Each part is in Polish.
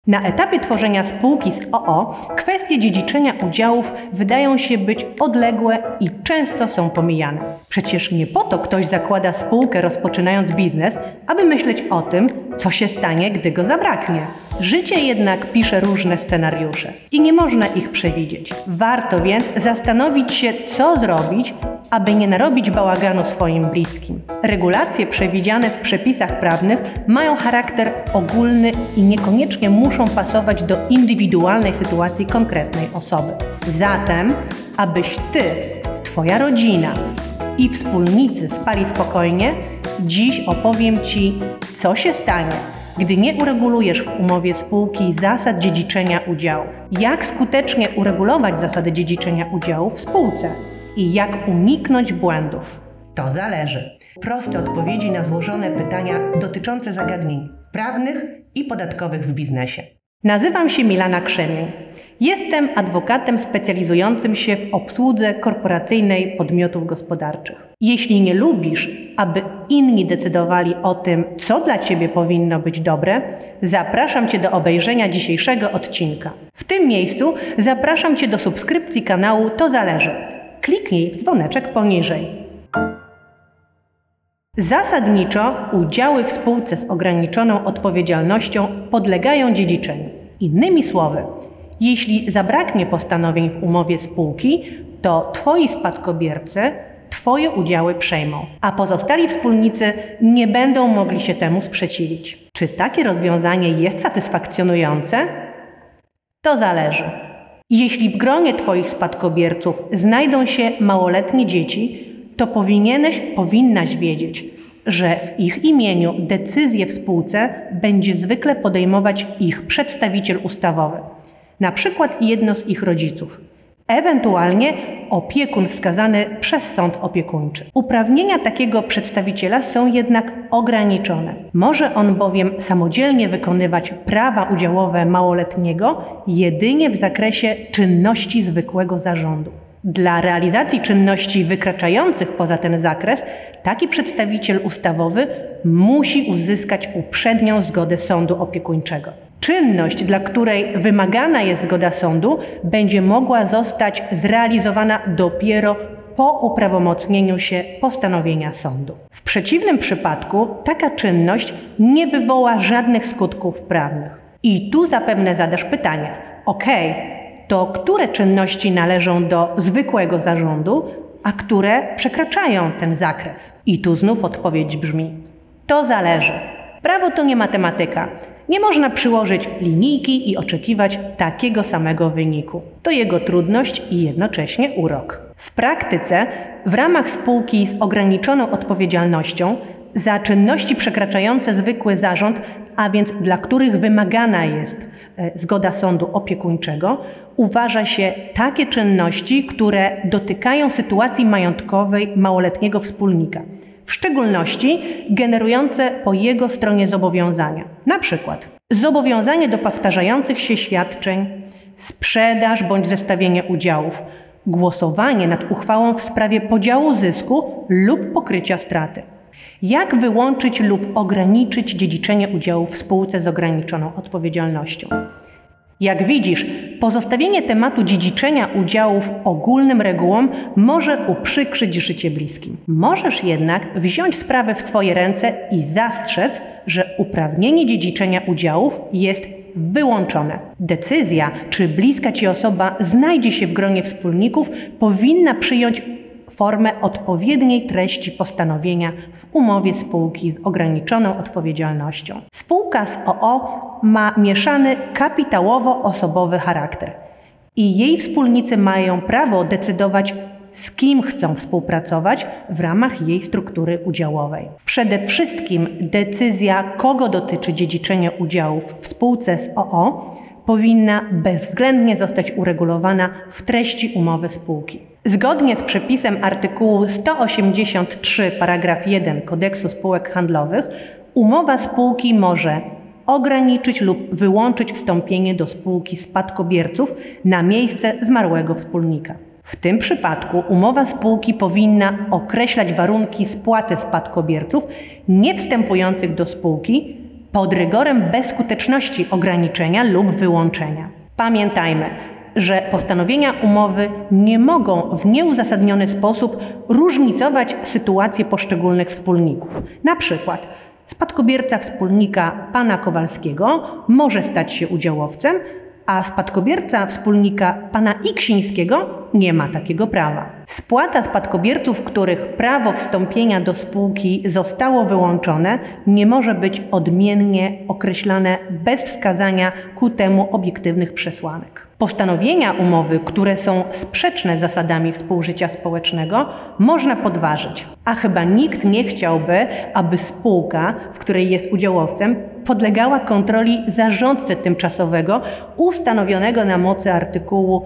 Na etapie tworzenia spółki z o.o. kwestie dziedziczenia udziałów wydają się być odległe i często są pomijane. Przecież nie po to ktoś zakłada spółkę rozpoczynając biznes, aby myśleć o tym, co się stanie, gdy go zabraknie. Życie jednak pisze różne scenariusze i nie można ich przewidzieć. Warto więc zastanowić się, co zrobić, aby nie narobić bałaganu swoim bliskim. Regulacje przewidziane w przepisach prawnych mają charakter ogólny i niekoniecznie muszą pasować do indywidualnej sytuacji konkretnej osoby. Zatem, abyś ty, twoja rodzina i wspólnicy spali spokojnie, dziś opowiem ci, co się stanie, gdy nie uregulujesz w umowie spółki zasad dziedziczenia udziałów. Jak skutecznie uregulować zasady dziedziczenia udziałów w spółce? I jak uniknąć błędów? To zależy. Proste odpowiedzi na złożone pytania dotyczące zagadnień prawnych i podatkowych w biznesie. Nazywam się Milana Krzemień. Jestem adwokatem specjalizującym się w obsłudze korporacyjnej podmiotów gospodarczych. Jeśli nie lubisz, aby inni decydowali o tym, co dla Ciebie powinno być dobre, zapraszam Cię do obejrzenia dzisiejszego odcinka. W tym miejscu zapraszam Cię do subskrypcji kanału To Zależy. Kliknij w dzwoneczek poniżej. Zasadniczo udziały w spółce z ograniczoną odpowiedzialnością podlegają dziedziczeniu. Innymi słowy, jeśli zabraknie postanowień w umowie spółki, to Twoi spadkobiercy Twoje udziały przejmą, a pozostali wspólnicy nie będą mogli się temu sprzeciwić. Czy takie rozwiązanie jest satysfakcjonujące? To zależy. Jeśli w gronie Twoich spadkobierców znajdą się małoletnie dzieci, to powinnaś wiedzieć, że w ich imieniu decyzję w spółce będzie zwykle podejmować ich przedstawiciel ustawowy, na przykład jedno z ich rodziców, ewentualnie opiekun wskazany przez sąd opiekuńczy. Uprawnienia takiego przedstawiciela są jednak ograniczone. Może on bowiem samodzielnie wykonywać prawa udziałowe małoletniego jedynie w zakresie czynności zwykłego zarządu. Dla realizacji czynności wykraczających poza ten zakres taki przedstawiciel ustawowy musi uzyskać uprzednią zgodę sądu opiekuńczego. Czynność, dla której wymagana jest zgoda sądu, będzie mogła zostać zrealizowana dopiero po uprawomocnieniu się postanowienia sądu. W przeciwnym przypadku taka czynność nie wywoła żadnych skutków prawnych. I tu zapewne zadasz pytanie: to które czynności należą do zwykłego zarządu, a które przekraczają ten zakres? I tu znów odpowiedź brzmi: to zależy. Prawo to nie matematyka. Nie można przyłożyć linijki i oczekiwać takiego samego wyniku. To jego trudność i jednocześnie urok. W praktyce, w ramach spółki z ograniczoną odpowiedzialnością, za czynności przekraczające zwykły zarząd, a więc dla których wymagana jest zgoda sądu opiekuńczego, uważa się takie czynności, które dotykają sytuacji majątkowej małoletniego wspólnika, w szczególności generujące po jego stronie zobowiązania. Na przykład zobowiązanie do powtarzających się świadczeń, sprzedaż bądź zestawienie udziałów, głosowanie nad uchwałą w sprawie podziału zysku lub pokrycia straty. Jak wyłączyć lub ograniczyć dziedziczenie udziałów w spółce z ograniczoną odpowiedzialnością? Jak widzisz, pozostawienie tematu dziedziczenia udziałów ogólnym regułom może uprzykrzyć życie bliskim. Możesz jednak wziąć sprawę w swoje ręce i zastrzec, że uprawnienie dziedziczenia udziałów jest wyłączone. Decyzja, czy bliska Ci osoba znajdzie się w gronie wspólników, powinna przyjąć formę odpowiedniej treści postanowienia w umowie spółki z ograniczoną odpowiedzialnością. Spółka z o.o. ma mieszany kapitałowo-osobowy charakter i jej wspólnicy mają prawo decydować, z kim chcą współpracować w ramach jej struktury udziałowej. Przede wszystkim decyzja, kogo dotyczy dziedziczenie udziałów w spółce z o.o., powinna bezwzględnie zostać uregulowana w treści umowy spółki. Zgodnie z przepisem artykułu 183 paragraf 1 Kodeksu spółek handlowych, umowa spółki może ograniczyć lub wyłączyć wstąpienie do spółki spadkobierców na miejsce zmarłego wspólnika. W tym przypadku umowa spółki powinna określać warunki spłaty spadkobierców nie wstępujących do spółki pod rygorem bezskuteczności ograniczenia lub wyłączenia. Pamiętajmy, że postanowienia umowy nie mogą w nieuzasadniony sposób różnicować sytuacji poszczególnych wspólników. Na przykład spadkobierca wspólnika pana Kowalskiego może stać się udziałowcem, a spadkobierca wspólnika pana Iksińskiego nie ma takiego prawa. Spłata spadkobierców, których prawo wstąpienia do spółki zostało wyłączone, nie może być odmiennie określane bez wskazania ku temu obiektywnych przesłanek. Postanowienia umowy, które są sprzeczne z zasadami współżycia społecznego, można podważyć, a chyba nikt nie chciałby, aby spółka, w której jest udziałowcem, podlegała kontroli zarządcy tymczasowego ustanowionego na mocy artykułu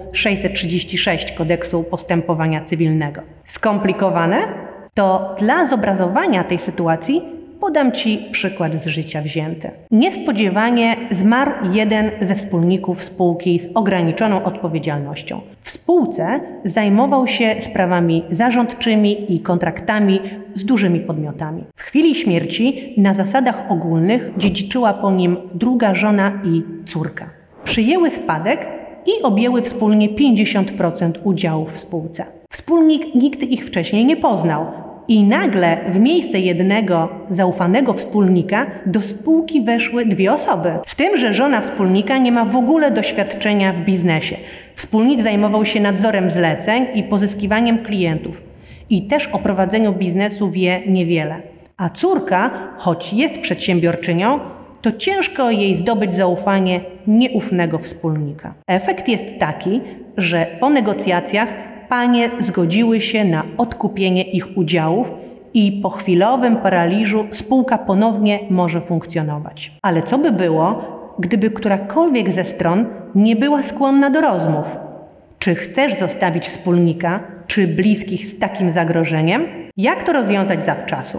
636 Kodeksu Postępowania Cywilnego. Skomplikowane? To dla zobrazowania tej sytuacji podam Ci przykład z życia wzięty. Niespodziewanie zmarł jeden ze wspólników spółki z ograniczoną odpowiedzialnością. W spółce zajmował się sprawami zarządczymi i kontraktami z dużymi podmiotami. W chwili śmierci na zasadach ogólnych dziedziczyła po nim druga żona i córka. Przyjęły spadek i objęły wspólnie 50% udziałów w spółce. Wspólnik nigdy ich wcześniej nie poznał. I nagle w miejsce jednego zaufanego wspólnika do spółki weszły dwie osoby. Z tym, że żona wspólnika nie ma w ogóle doświadczenia w biznesie. Wspólnik zajmował się nadzorem zleceń i pozyskiwaniem klientów. I też o prowadzeniu biznesu wie niewiele. A córka, choć jest przedsiębiorczynią, to ciężko jej zdobyć zaufanie nieufnego wspólnika. Efekt jest taki, że po negocjacjach panie zgodziły się na odkupienie ich udziałów i po chwilowym paraliżu spółka ponownie może funkcjonować. Ale co by było, gdyby którakolwiek ze stron nie była skłonna do rozmów? Czy chcesz zostawić wspólnika, czy bliskich z takim zagrożeniem? Jak to rozwiązać zawczasu?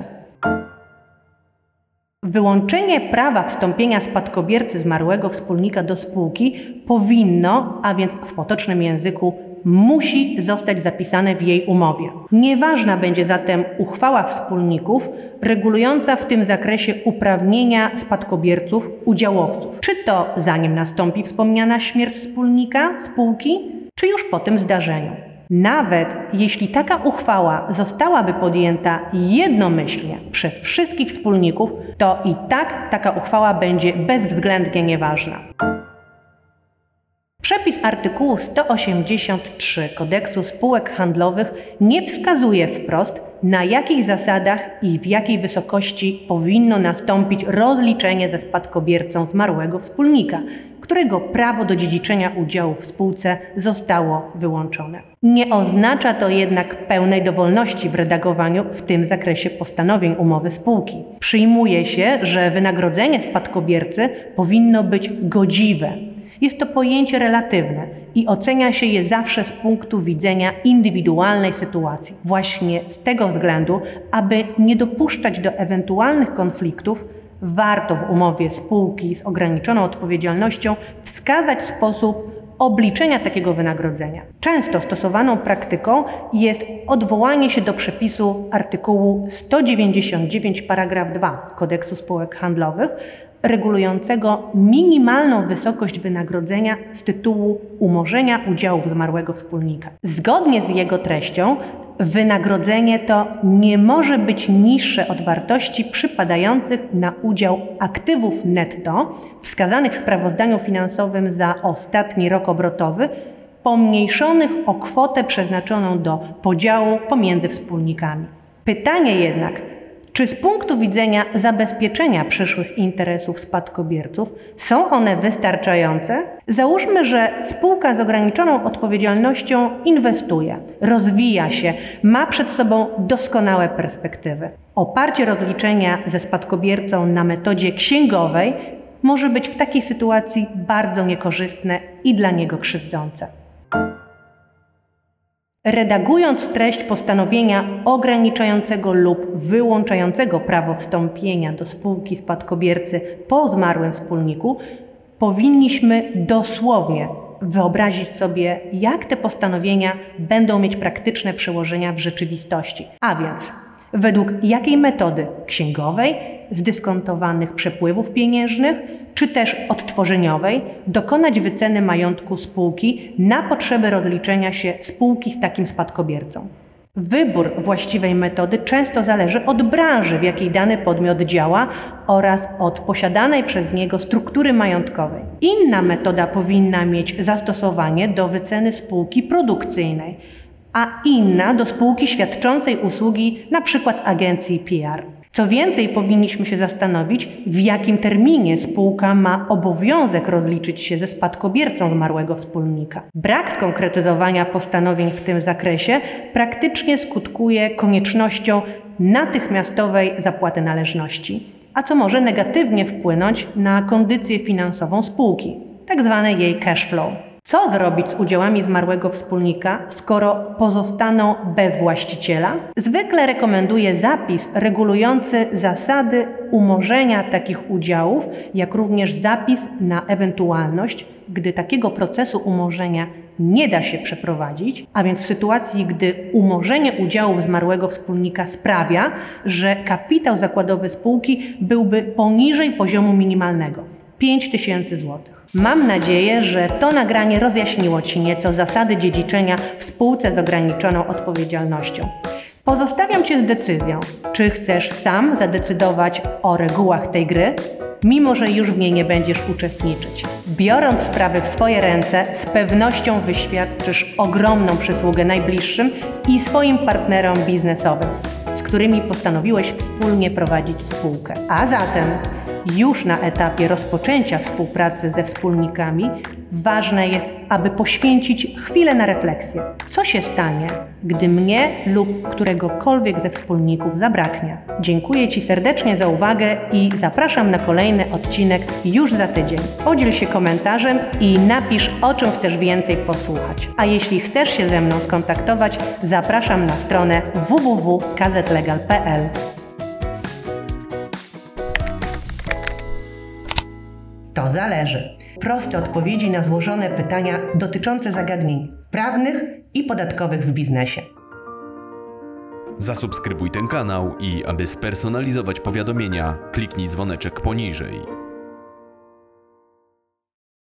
Wyłączenie prawa wstąpienia spadkobiercy zmarłego wspólnika do spółki powinno, a więc w potocznym języku, musi zostać zapisane w jej umowie. Nieważna będzie zatem uchwała wspólników regulująca w tym zakresie uprawnienia spadkobierców, udziałowców. Czy to zanim nastąpi wspomniana śmierć wspólnika spółki, czy już po tym zdarzeniu. Nawet jeśli taka uchwała zostałaby podjęta jednomyślnie przez wszystkich wspólników, to i tak taka uchwała będzie bezwzględnie nieważna. Przepis artykułu 183 Kodeksu Spółek Handlowych nie wskazuje wprost, na jakich zasadach i w jakiej wysokości powinno nastąpić rozliczenie ze spadkobiercą zmarłego wspólnika, którego prawo do dziedziczenia udziału w spółce zostało wyłączone. Nie oznacza to jednak pełnej dowolności w redagowaniu w tym zakresie postanowień umowy spółki. Przyjmuje się, że wynagrodzenie spadkobiercy powinno być godziwe. Jest to pojęcie relatywne i ocenia się je zawsze z punktu widzenia indywidualnej sytuacji. Właśnie z tego względu, aby nie dopuszczać do ewentualnych konfliktów, warto w umowie spółki z ograniczoną odpowiedzialnością wskazać sposób obliczenia takiego wynagrodzenia. Często stosowaną praktyką jest odwołanie się do przepisu artykułu 199 paragraf 2 Kodeksu Spółek Handlowych, regulującego minimalną wysokość wynagrodzenia z tytułu umorzenia udziałów zmarłego wspólnika. Zgodnie z jego treścią wynagrodzenie to nie może być niższe od wartości przypadających na udział aktywów netto wskazanych w sprawozdaniu finansowym za ostatni rok obrotowy, pomniejszonych o kwotę przeznaczoną do podziału pomiędzy wspólnikami. Pytanie jednak, czy z punktu widzenia zabezpieczenia przyszłych interesów spadkobierców są one wystarczające? Załóżmy, że spółka z ograniczoną odpowiedzialnością inwestuje, rozwija się, ma przed sobą doskonałe perspektywy. Oparcie rozliczenia ze spadkobiercą na metodzie księgowej może być w takiej sytuacji bardzo niekorzystne i dla niego krzywdzące. Redagując treść postanowienia ograniczającego lub wyłączającego prawo wstąpienia do spółki spadkobiercy po zmarłym wspólniku, powinniśmy dosłownie wyobrazić sobie, jak te postanowienia będą mieć praktyczne przełożenia w rzeczywistości. A więc Według jakiej metody księgowej, zdyskontowanych przepływów pieniężnych, czy też odtworzeniowej dokonać wyceny majątku spółki na potrzeby rozliczenia się spółki z takim spadkobiercą. Wybór właściwej metody często zależy od branży, w jakiej dany podmiot działa oraz od posiadanej przez niego struktury majątkowej. Inna metoda powinna mieć zastosowanie do wyceny spółki produkcyjnej, a inna do spółki świadczącej usługi np. agencji PR. Co więcej, powinniśmy się zastanowić, w jakim terminie spółka ma obowiązek rozliczyć się ze spadkobiercą zmarłego wspólnika. Brak skonkretyzowania postanowień w tym zakresie praktycznie skutkuje koniecznością natychmiastowej zapłaty należności, a co może negatywnie wpłynąć na kondycję finansową spółki, tzw. jej cash flow. Co zrobić z udziałami zmarłego wspólnika, skoro pozostaną bez właściciela? Zwykle rekomenduję zapis regulujący zasady umorzenia takich udziałów, jak również zapis na ewentualność, gdy takiego procesu umorzenia nie da się przeprowadzić, a więc w sytuacji, gdy umorzenie udziałów zmarłego wspólnika sprawia, że kapitał zakładowy spółki byłby poniżej poziomu minimalnego – 5000 zł. Mam nadzieję, że to nagranie rozjaśniło Ci nieco zasady dziedziczenia w spółce z ograniczoną odpowiedzialnością. Pozostawiam Cię z decyzją, czy chcesz sam zadecydować o regułach tej gry, mimo że już w niej nie będziesz uczestniczyć. Biorąc sprawę w swoje ręce, z pewnością wyświadczysz ogromną przysługę najbliższym i swoim partnerom biznesowym, z którymi postanowiłeś wspólnie prowadzić spółkę. A zatem już na etapie rozpoczęcia współpracy ze wspólnikami ważne jest, aby poświęcić chwilę na refleksję. Co się stanie, gdy mnie lub któregokolwiek ze wspólników zabraknie? Dziękuję Ci serdecznie za uwagę i zapraszam na kolejny odcinek już za tydzień. Podziel się komentarzem i napisz, o czym chcesz więcej posłuchać. A jeśli chcesz się ze mną skontaktować, zapraszam na stronę www.kzlegal.pl. To zależy. Proste odpowiedzi na złożone pytania dotyczące zagadnień prawnych i podatkowych w biznesie. Zasubskrybuj ten kanał i aby spersonalizować powiadomienia, kliknij dzwoneczek poniżej.